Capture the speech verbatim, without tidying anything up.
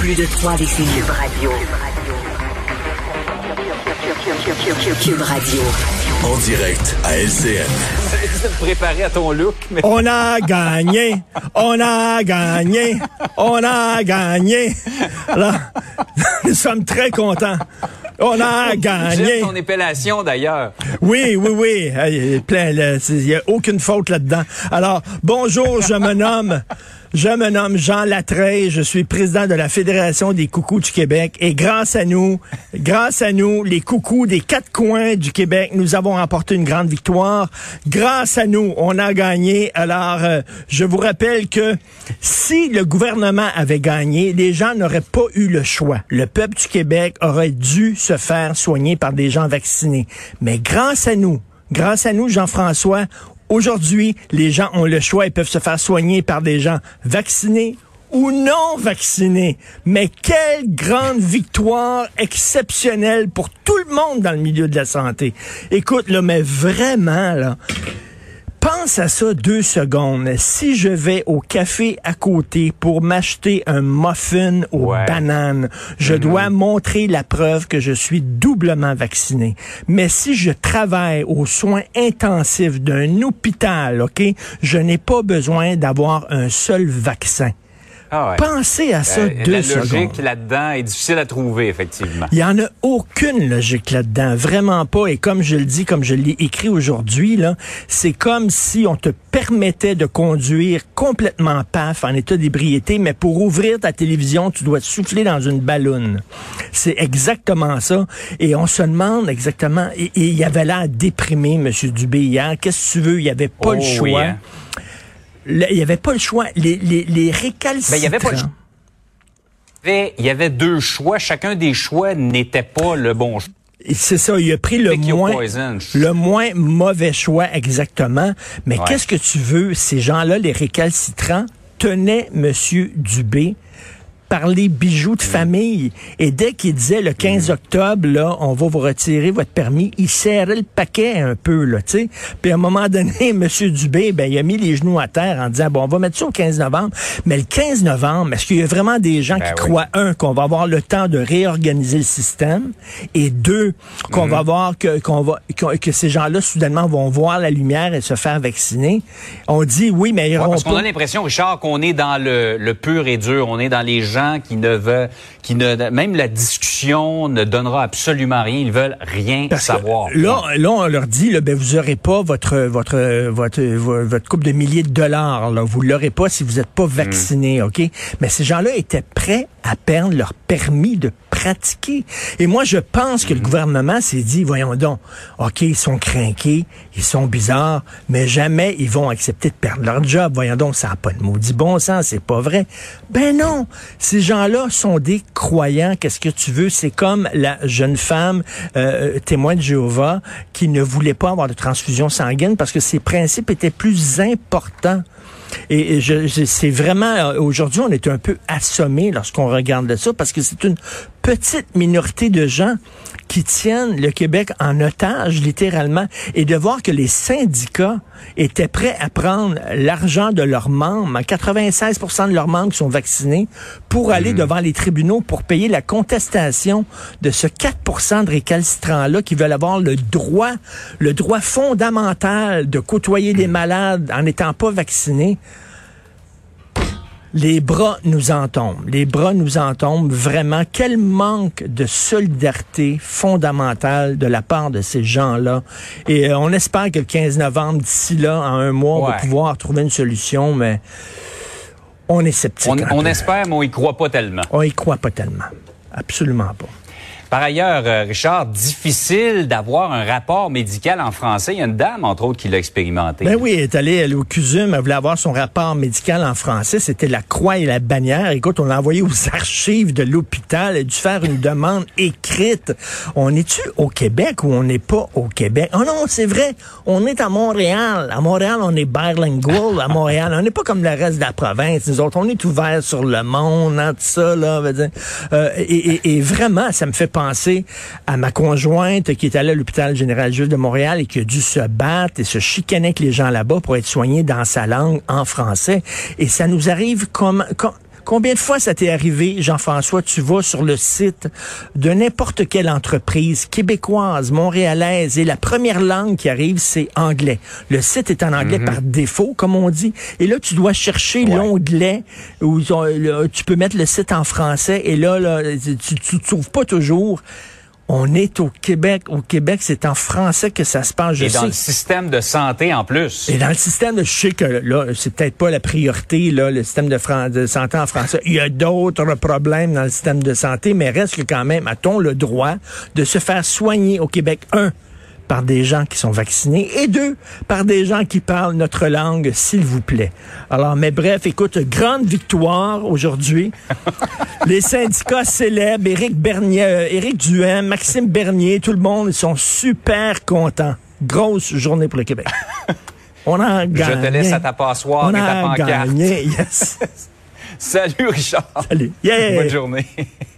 Plus de trois décennies. Cube Radio. Cube Radio. En direct à L C N. Vous êtes préparé à ton look, mais... On a gagné, on a gagné, on a gagné. Là, nous sommes très contents. On a gagné. J'aime ton épellation, d'ailleurs. Oui, oui, oui. Il n'y a aucune faute là-dedans. Alors, bonjour, je me nomme... Je me nomme Jean Latreille, je suis président de la Fédération des coucous du Québec et grâce à nous, grâce à nous, les coucous des quatre coins du Québec, nous avons remporté une grande victoire. Grâce à nous, on a gagné. Alors, euh, je vous rappelle que si le gouvernement avait gagné, les gens n'auraient pas eu le choix. Le peuple du Québec aurait dû se faire soigner par des gens vaccinés. Mais grâce à nous, grâce à nous, Jean-François, aujourd'hui, les gens ont le choix et peuvent se faire soigner par des gens vaccinés ou non vaccinés. Mais quelle grande victoire exceptionnelle pour tout le monde dans le milieu de la santé. Écoute, là, mais vraiment, là, pense à ça deux secondes. Si je vais au café à côté pour m'acheter un muffin aux ouais. bananes, je mm-hmm. dois montrer la preuve que je suis doublement vacciné. Mais si je travaille aux soins intensifs d'un hôpital, OK, je n'ai pas besoin d'avoir un seul vaccin. Ah ouais. Pensez à ça euh, deux la secondes. La logique là-dedans est difficile à trouver, effectivement. Il n'y en a aucune logique là-dedans, vraiment pas. Et comme je le dis, comme je l'ai écrit aujourd'hui, là, c'est comme si on te permettait de conduire complètement paf, en état d'ébriété, mais pour ouvrir ta télévision, tu dois te souffler dans une balloune. C'est exactement ça. Et on se demande exactement, et il y avait l'air déprimé, M. Dubé, hier. Qu'est-ce que tu veux? Il n'y avait pas oh, le choix. Oui, hein? Il n'y avait pas le choix. Les, les, les récalcitrants... Ben, il y avait pas le choix. Il y avait deux choix. Chacun des choix n'était pas le bon choix. C'est ça, il a pris le moins, le moins mauvais choix exactement. Mais ouais. qu'est-ce que tu veux? Ces gens-là, les récalcitrants, tenaient M. Dubé par les bijoux de famille. Et dès qu'il disait le quinze octobre, là, on va vous retirer votre permis, il serrait le paquet un peu, là, tu sais. Puis à un moment donné, M. Dubé, ben, il a mis les genoux à terre en disant, bon, on va mettre ça au quinze novembre. Mais le quinze novembre, est-ce qu'il y a vraiment des gens ben qui oui. croient, un, qu'on va avoir le temps de réorganiser le système, et deux, qu'on mm-hmm. va voir que, qu'on va, que, que ces gens-là, soudainement, vont voir la lumière et se faire vacciner? On dit, oui, mais ils ouais, parce pas... qu'on a l'impression, Richard, qu'on est dans le, le pur et dur. On est dans les gens qui ne veulent, qui ne, même la discussion ne donnera absolument rien. Ils veulent rien Parce savoir. Là, là, on leur dit, là, ben, vous aurez pas votre, votre, votre, votre couple de milliers de dollars, là. Vous l'aurez pas si vous n'êtes pas vacciné, mmh. OK? Mais ces gens-là étaient prêts à perdre leur permis de pratiquer. Et moi, je pense que mmh. le gouvernement s'est dit, voyons donc, OK, ils sont crinqués, ils sont bizarres, mais jamais ils vont accepter de perdre leur job. Voyons donc, ça n'a pas de maudit bon sens, c'est pas vrai. Ben non! Ces gens-là sont des croyants. Qu'est-ce que tu veux? C'est comme la jeune femme euh, témoin de Jéhovah qui ne voulait pas avoir de transfusion sanguine parce que ses principes étaient plus importants. Et je, je, c'est vraiment, aujourd'hui, on est un peu assommés lorsqu'on regarde ça parce que c'est une petite minorité de gens qui tiennent le Québec en otage, littéralement, et de voir que les syndicats étaient prêts à prendre l'argent de leurs membres, quatre-vingt-seize pour cent de leurs membres qui sont vaccinés, pour aller mmh. devant les tribunaux pour payer la contestation de ce quatre pour cent de récalcitrants-là qui veulent avoir le droit, le droit fondamental de côtoyer les malades en n'étant pas vaccinés. Les bras nous en tombent. Les bras nous en tombent vraiment. Quel manque de solidarité fondamentale de la part de ces gens-là. Et euh, on espère que le quinze novembre, d'ici là, en un mois, ouais. on va pouvoir trouver une solution, mais on est sceptique. On, on espère, mais on y croit pas tellement. On y croit pas tellement. Absolument pas. Par ailleurs, euh, Richard, difficile d'avoir un rapport médical en français. Il y a une dame, entre autres, qui l'a expérimenté. Ben oui, elle est allée elle, au C U S U M, elle voulait avoir son rapport médical en français. C'était la croix et la bannière. Écoute, on l'a envoyé aux archives de l'hôpital. Elle a dû faire une demande écrite. On est-tu au Québec ou on n'est pas au Québec? Oh non, c'est vrai, on est à Montréal. À Montréal, on est bilingual. À Montréal, on n'est pas comme le reste de la province. Nous autres, on est ouvert sur le monde, hein, tout ça, là. Veut dire. Euh, et, et, et vraiment, ça me fait penser à ma conjointe qui est allée à l'hôpital général juif de Montréal et qui a dû se battre et se chicaner avec les gens là-bas pour être soignée dans sa langue en français. Et ça nous arrive comme, comme Combien de fois ça t'est arrivé, Jean-François, tu vas sur le site de n'importe quelle entreprise québécoise, montréalaise, et la première langue qui arrive, c'est anglais. Le site est en anglais mm-hmm. par défaut, comme on dit. Et là, tu dois chercher ouais. l'onglet où là, tu peux mettre le site en français. Et là, là tu ne trouves pas toujours. On est au Québec. Au Québec, c'est en français que ça se passe. Je Et sais. dans le système de santé en plus. Et dans le système de, je sais que là, c'est peut-être pas la priorité, là, le système de, fran- de santé en français. Il y a d'autres problèmes dans le système de santé, mais reste que quand même, a-t-on le droit de se faire soigner au Québec? Un, par des gens qui sont vaccinés, et deux, par des gens qui parlent notre langue, s'il vous plaît. Alors, mais bref, écoute, grande victoire aujourd'hui. Les syndicats célèbrent, Éric Bernier, euh, Éric Duhaime, Maxime Bernier, tout le monde, ils sont super contents. Grosse journée pour le Québec. On a gagné. Je te laisse à ta passoire On et ta a pancarte. gagné, yes. Salut Richard. Salut. Yeah. Bonne journée.